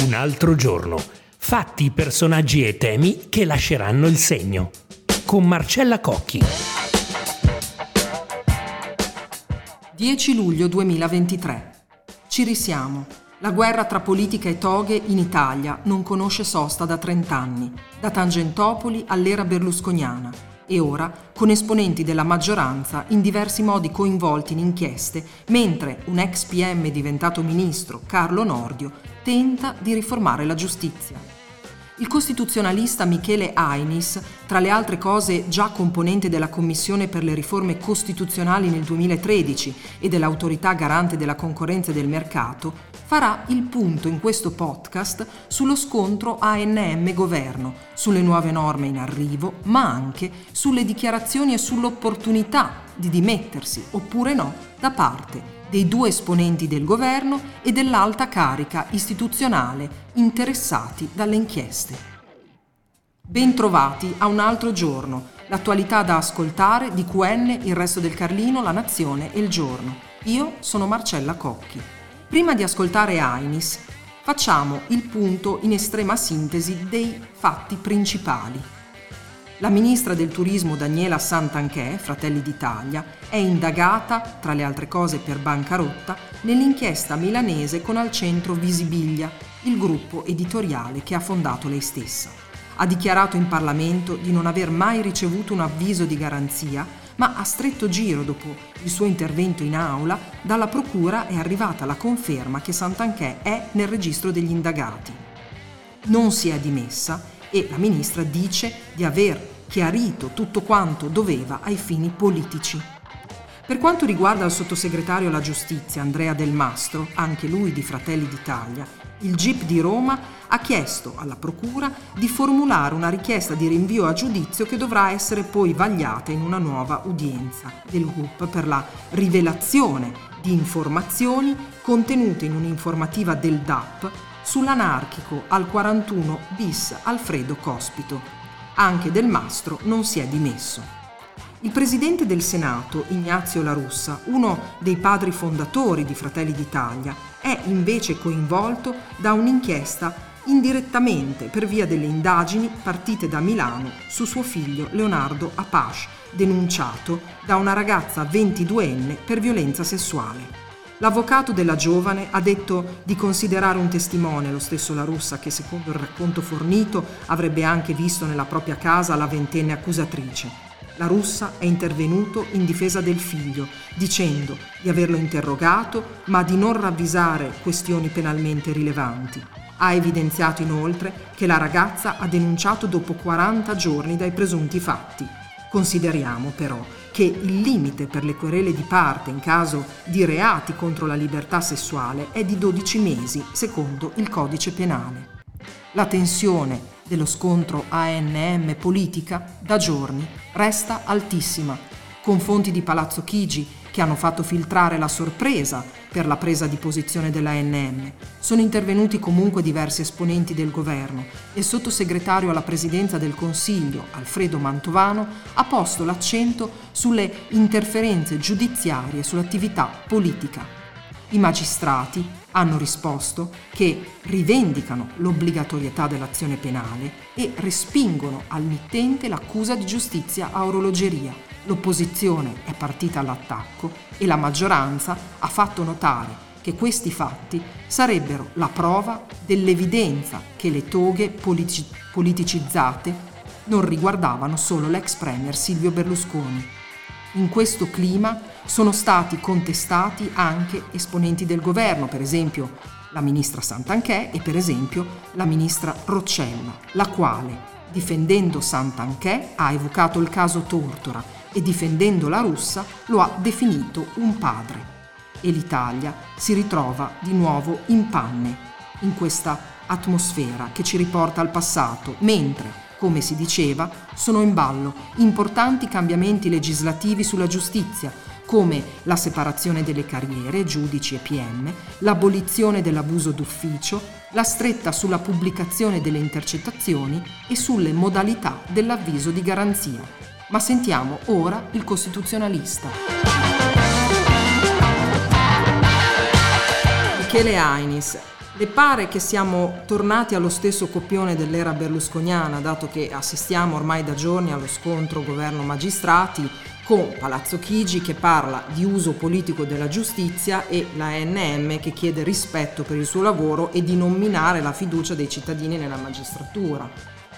Un altro giorno. Fatti, personaggi e temi che lasceranno il segno. Con Marcella Cocchi. 10 luglio 2023. Ci risiamo. La guerra tra politica e toghe in Italia non conosce sosta da 30 anni, da Tangentopoli all'era berlusconiana, e ora con esponenti della maggioranza in diversi modi coinvolti in inchieste, mentre un ex PM diventato ministro, Carlo Nordio, tenta di riformare la giustizia. Il costituzionalista Michele Ainis, tra le altre cose già componente della Commissione per le riforme costituzionali nel 2013 e dell'Autorità Garante della Concorrenza e del Mercato, farà il punto in questo podcast sullo scontro ANM-governo, sulle nuove norme in arrivo, ma anche sulle dichiarazioni e sull'opportunità di dimettersi oppure no da parte dei due esponenti del governo e dell'alta carica istituzionale interessati dalle inchieste. Bentrovati a un altro giorno, l'attualità da ascoltare di QN, Il Resto del Carlino, La Nazione e Il Giorno. Io sono Marcella Cocchi. Prima di ascoltare Ainis, facciamo il punto in estrema sintesi dei fatti principali. La ministra del Turismo Daniela Santanchè, Fratelli d'Italia, è indagata, tra le altre cose per bancarotta, nell'inchiesta milanese con al centro Visibilia, il gruppo editoriale che ha fondato lei stessa. Ha dichiarato in Parlamento di non aver mai ricevuto un avviso di garanzia, ma a stretto giro dopo il suo intervento in aula, dalla procura è arrivata la conferma che Santanchè è nel registro degli indagati. Non si è dimessa e la ministra dice di aver chiarito tutto quanto doveva ai fini politici. Per quanto riguarda il sottosegretario alla giustizia Andrea Del Mastro, anche lui di Fratelli d'Italia, il GIP di Roma ha chiesto alla procura di formulare una richiesta di rinvio a giudizio che dovrà essere poi vagliata in una nuova udienza del GUP per la rivelazione di informazioni contenute in un'informativa del DAP sull'anarchico al 41 bis Alfredo Cospito. Anche Del Mastro non si è dimesso. Il presidente del Senato, Ignazio La Russa, uno dei padri fondatori di Fratelli d'Italia, è invece coinvolto da un'inchiesta indirettamente per via delle indagini partite da Milano su suo figlio Leonardo Apache, denunciato da una ragazza 22enne per violenza sessuale. L'avvocato della giovane ha detto di considerare un testimone lo stesso La Russa che, secondo il racconto fornito, avrebbe anche visto nella propria casa la ventenne accusatrice. La Russa è intervenuto in difesa del figlio, dicendo di averlo interrogato ma di non ravvisare questioni penalmente rilevanti. Ha evidenziato inoltre che la ragazza ha denunciato dopo 40 giorni dai presunti fatti. Consideriamo però che il limite per le querele di parte in caso di reati contro la libertà sessuale è di 12 mesi, secondo il codice penale. La tensione dello scontro ANM politica da giorni resta altissima, con fonti di Palazzo Chigi che hanno fatto filtrare la sorpresa per la presa di posizione dell'ANM. Sono intervenuti comunque diversi esponenti del governo e il sottosegretario alla presidenza del Consiglio, Alfredo Mantovano, ha posto l'accento sulle interferenze giudiziarie sull'attività politica. I magistrati hanno risposto che rivendicano l'obbligatorietà dell'azione penale e respingono al mittente l'accusa di giustizia a orologeria. L'opposizione è partita all'attacco e la maggioranza ha fatto notare che questi fatti sarebbero la prova dell'evidenza che le toghe politicizzate non riguardavano solo l'ex premier Silvio Berlusconi. In questo clima sono stati contestati anche esponenti del governo, per esempio la ministra Santanchè e per esempio la ministra Roccella, la quale, difendendo Santanchè, ha evocato il caso Tortora e difendendo La Russa lo ha definito un padre. E l'Italia si ritrova di nuovo in panne in questa atmosfera che ci riporta al passato, mentre, come si diceva, sono in ballo importanti cambiamenti legislativi sulla giustizia, come la separazione delle carriere, giudici e PM, l'abolizione dell'abuso d'ufficio, la stretta sulla pubblicazione delle intercettazioni e sulle modalità dell'avviso di garanzia. Ma sentiamo ora il costituzionalista. Michele Ainis, Le pare che siamo tornati allo stesso copione dell'era berlusconiana, dato che assistiamo ormai da giorni allo scontro governo-magistrati, con Palazzo Chigi che parla di uso politico della giustizia e la ANM che chiede rispetto per il suo lavoro e di non minare la fiducia dei cittadini nella magistratura?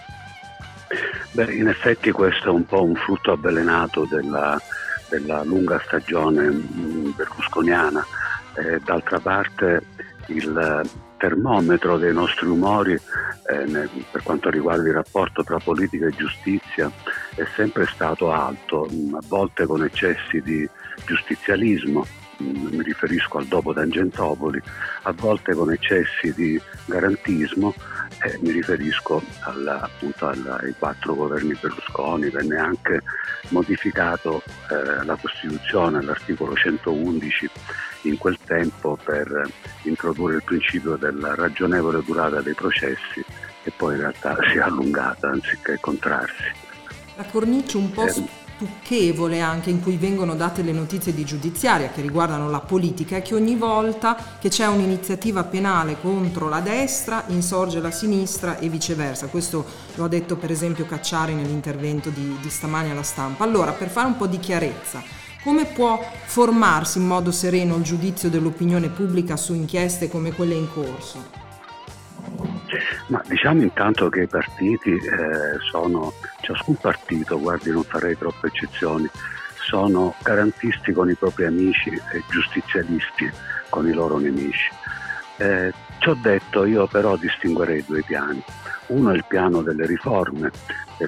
Beh, in effetti questo è un po' un frutto avvelenato della lunga stagione berlusconiana. D'altra parte il termometro dei nostri umori per quanto riguarda il rapporto tra politica e giustizia è sempre stato alto, a volte con eccessi di giustizialismo, mi riferisco al dopo Tangentopoli, a volte con eccessi di garantismo, mi riferisco appunto ai 4 governi Berlusconi. Venne anche modificato la Costituzione, l'articolo 111 in quel tempo per introdurre il principio della ragionevole durata dei processi, che poi in realtà si è allungata anziché contrarsi. La cornice un po' stucchevole anche in cui vengono date le notizie di giudiziaria che riguardano la politica è che ogni volta che c'è un'iniziativa penale contro la destra insorge la sinistra e viceversa. Questo lo ha detto per esempio Cacciari nell'intervento di stamani alla Stampa. Allora, per fare un po' di chiarezza, come può formarsi in modo sereno il giudizio dell'opinione pubblica su inchieste come quelle in corso? Ma diciamo intanto che i partiti ciascun partito, guardi, non farei troppe eccezioni, sono garantisti con i propri amici e giustizialisti con i loro nemici. Ciò detto, io però distinguerei 2 piani. Uno è il piano delle riforme che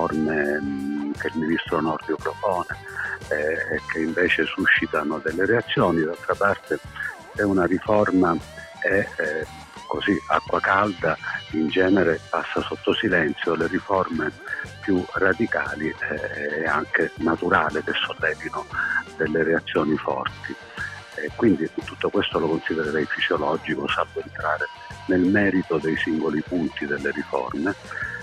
il ministro Nordio propone e che invece suscitano delle reazioni. D'altra parte, se una riforma è così acqua calda, in genere passa sotto silenzio. Le riforme più radicali è anche naturale che sollevino delle reazioni forti. Quindi tutto questo lo considererei fisiologico, salvo entrare nel merito dei singoli punti delle riforme.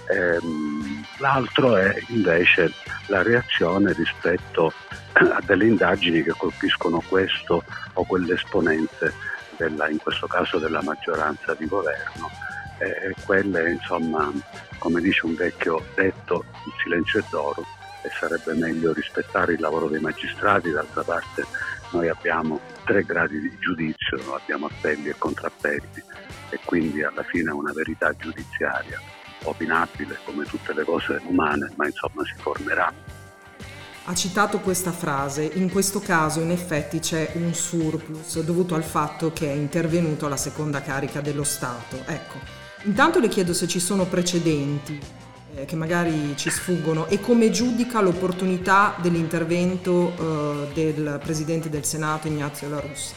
L'altro è invece la reazione rispetto a delle indagini che colpiscono questo o quell'esponente in questo caso della maggioranza di governo. Quelle, insomma, come dice un vecchio detto, il silenzio è d'oro e sarebbe meglio rispettare il lavoro dei magistrati. D'altra parte noi abbiamo 3 gradi di giudizio, abbiamo appelli e contrappelli e quindi alla fine una verità giudiziaria opinabile come tutte le cose umane, ma insomma si formerà. Ha citato questa frase: in questo caso in effetti c'è un surplus dovuto al fatto che è intervenuto la seconda carica dello Stato. Ecco, intanto le chiedo se ci sono precedenti che magari ci sfuggono e come giudica l'opportunità dell'intervento del Presidente del Senato Ignazio La Russa.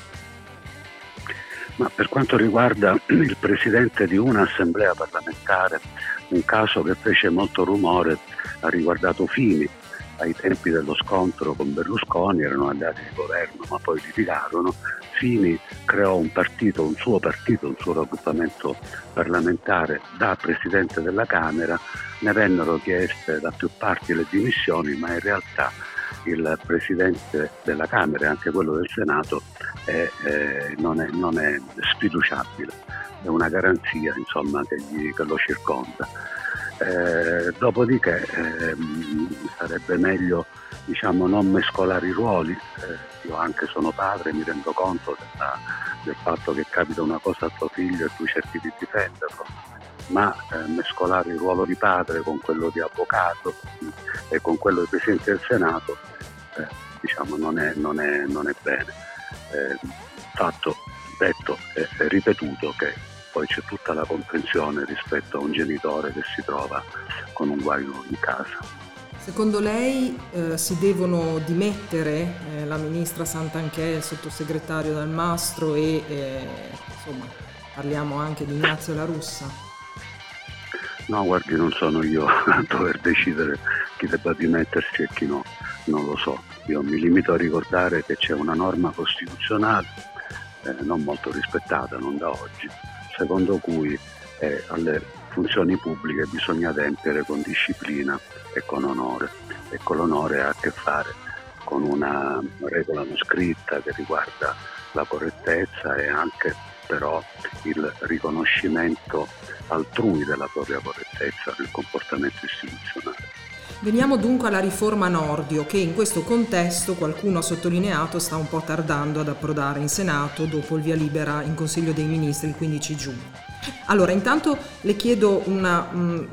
Ma per quanto riguarda il Presidente di un'assemblea parlamentare, un caso che fece molto rumore ha riguardato Fini. Ai tempi dello scontro con Berlusconi erano alleati di governo, ma poi litigarono. Fini creò un suo raggruppamento parlamentare da Presidente della Camera. Ne vennero chieste da più parti le dimissioni, ma in realtà il Presidente della Camera e anche quello del Senato non è sfiduciabile, è una garanzia, insomma, che lo circonda. Dopodiché sarebbe meglio, diciamo, non mescolare i ruoli. Io anche sono padre, mi rendo conto del fatto che capita una cosa a tuo figlio e tu cerchi di difenderlo, ma mescolare il ruolo di padre con quello di avvocato e con quello di Presidente del Senato diciamo non è bene. Fatto, detto e ripetuto che poi c'è tutta la comprensione rispetto a un genitore che si trova con un guaio in casa. Secondo lei si devono dimettere la ministra Santanchè, il sottosegretario Dal Mastro e insomma parliamo anche di Ignazio La Russa? No, guardi, non sono io a dover decidere chi debba dimettersi e chi no, non lo so. Io mi limito a ricordare che c'è una norma costituzionale non molto rispettata, non da oggi, secondo cui alle funzioni pubbliche bisogna adempiere con disciplina e con onore, e con l'onore ha a che fare con una regola non scritta che riguarda la correttezza e anche però il riconoscimento altrui della propria correttezza nel comportamento istituzionale. Veniamo dunque alla riforma Nordio, che in questo contesto, qualcuno ha sottolineato, sta un po' tardando ad approdare in Senato dopo il via libera in Consiglio dei Ministri il 15 giugno. Allora, intanto le chiedo un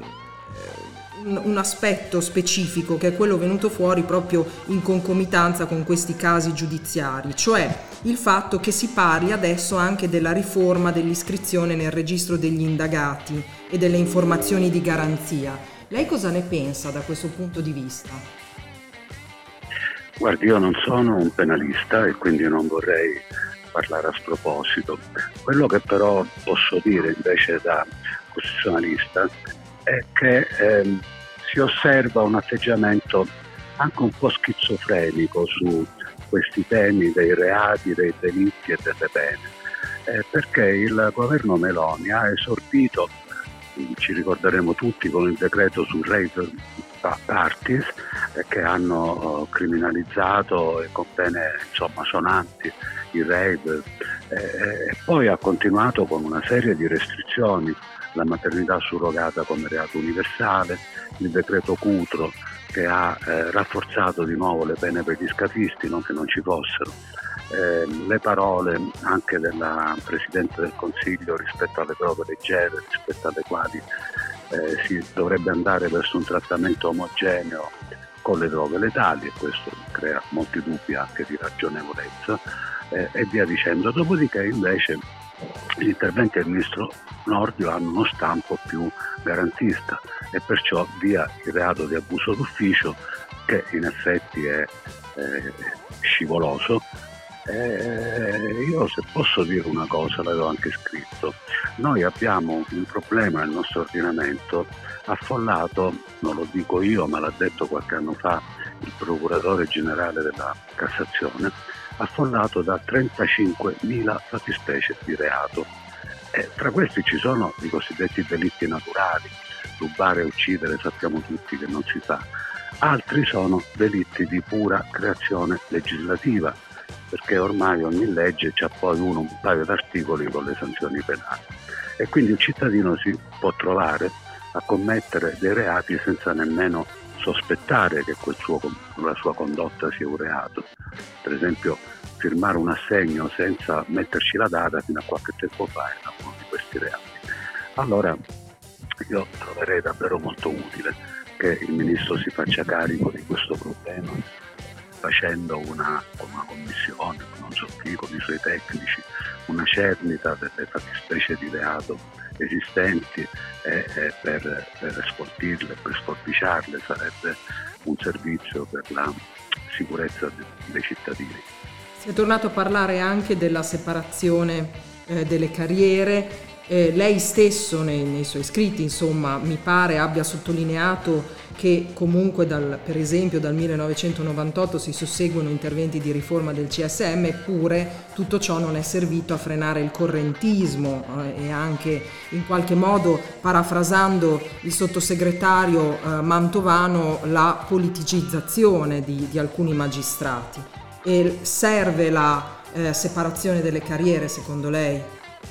aspetto specifico, che è quello venuto fuori proprio in concomitanza con questi casi giudiziari, cioè il fatto che si parli adesso anche della riforma dell'iscrizione nel registro degli indagati e delle informazioni di garanzia. Lei cosa ne pensa da questo punto di vista? Guardi, io non sono un penalista e quindi non vorrei parlare a sproposito. Quello che però posso dire invece da costituzionalista è che si osserva un atteggiamento anche un po' schizofrenico su questi temi dei reati, dei delitti e delle pene, perché il governo Meloni ha esordito, ci ricorderemo tutti, con il decreto su rave parties che hanno criminalizzato e con pene sonanti i rave, e poi ha continuato con una serie di restrizioni, la maternità surrogata come reato universale, il decreto Cutro che ha rafforzato di nuovo le pene per gli scafisti, non che non ci fossero, le parole anche della Presidente del Consiglio rispetto alle prove leggere, rispetto alle quali si dovrebbe andare verso un trattamento omogeneo con le droghe letali, e questo crea molti dubbi anche di ragionevolezza, e via dicendo. Dopodiché invece gli interventi del Ministro Nordio hanno uno stampo più garantista e perciò via il reato di abuso d'ufficio, che in effetti è scivoloso. Io, se posso dire una cosa, l'avevo anche scritto, noi abbiamo un problema nel nostro ordinamento affollato, non lo dico io ma l'ha detto qualche anno fa il procuratore generale della Cassazione, affollato da 35.000 fattispecie di reato, e tra questi ci sono i cosiddetti delitti naturali, rubare e uccidere sappiamo tutti che non si fa, altri sono delitti di pura creazione legislativa, perché ormai ogni legge c'ha poi un paio di articoli con le sanzioni penali, e quindi il cittadino si può trovare a commettere dei reati senza nemmeno sospettare che la sua condotta sia un reato. Per esempio, firmare un assegno senza metterci la data fino a qualche tempo fa era uno di questi reati. Allora io troverei davvero molto utile che il Ministro si faccia carico di questo problema, facendo una commissione, non so chi, con i suoi tecnici, una cernita delle fattispecie di reato esistenti, e per esportirle, per sforbiciarle, sarebbe un servizio per la sicurezza dei cittadini. Si è tornato a parlare anche della separazione delle carriere. Lei stesso nei suoi scritti, insomma, mi pare abbia sottolineato che comunque per esempio dal 1998 si susseguono interventi di riforma del CSM, eppure tutto ciò non è servito a frenare il correntismo e anche in qualche modo, parafrasando il sottosegretario Mantovano, la politicizzazione di alcuni magistrati. E serve la separazione delle carriere, secondo lei?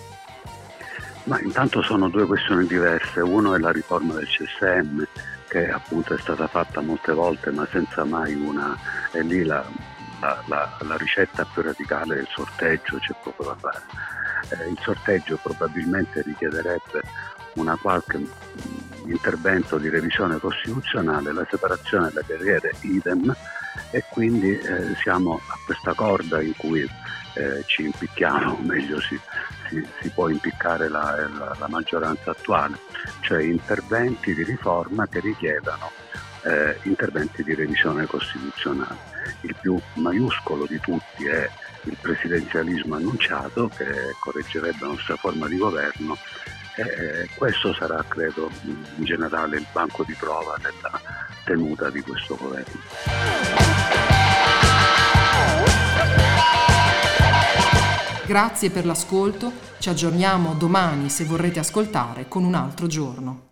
Ma intanto sono due questioni diverse. Uno è la riforma del CSM, che appunto è stata fatta molte volte ma senza mai e lì la ricetta più radicale è il sorteggio, c'è poco da fare. Il sorteggio probabilmente richiederebbe una qualche intervento di revisione costituzionale, la separazione delle carriere idem, e quindi siamo a questa corda in cui ci impicchiamo, o meglio si può impiccare la maggioranza attuale, cioè interventi di riforma che richiedano interventi di revisione costituzionale. Il più maiuscolo di tutti è il presidenzialismo annunciato, che correggerebbe la nostra forma di governo, e questo sarà, credo, in generale il banco di prova della tenuta di questo governo. Grazie per l'ascolto, ci aggiorniamo domani se vorrete ascoltare con un altro giorno.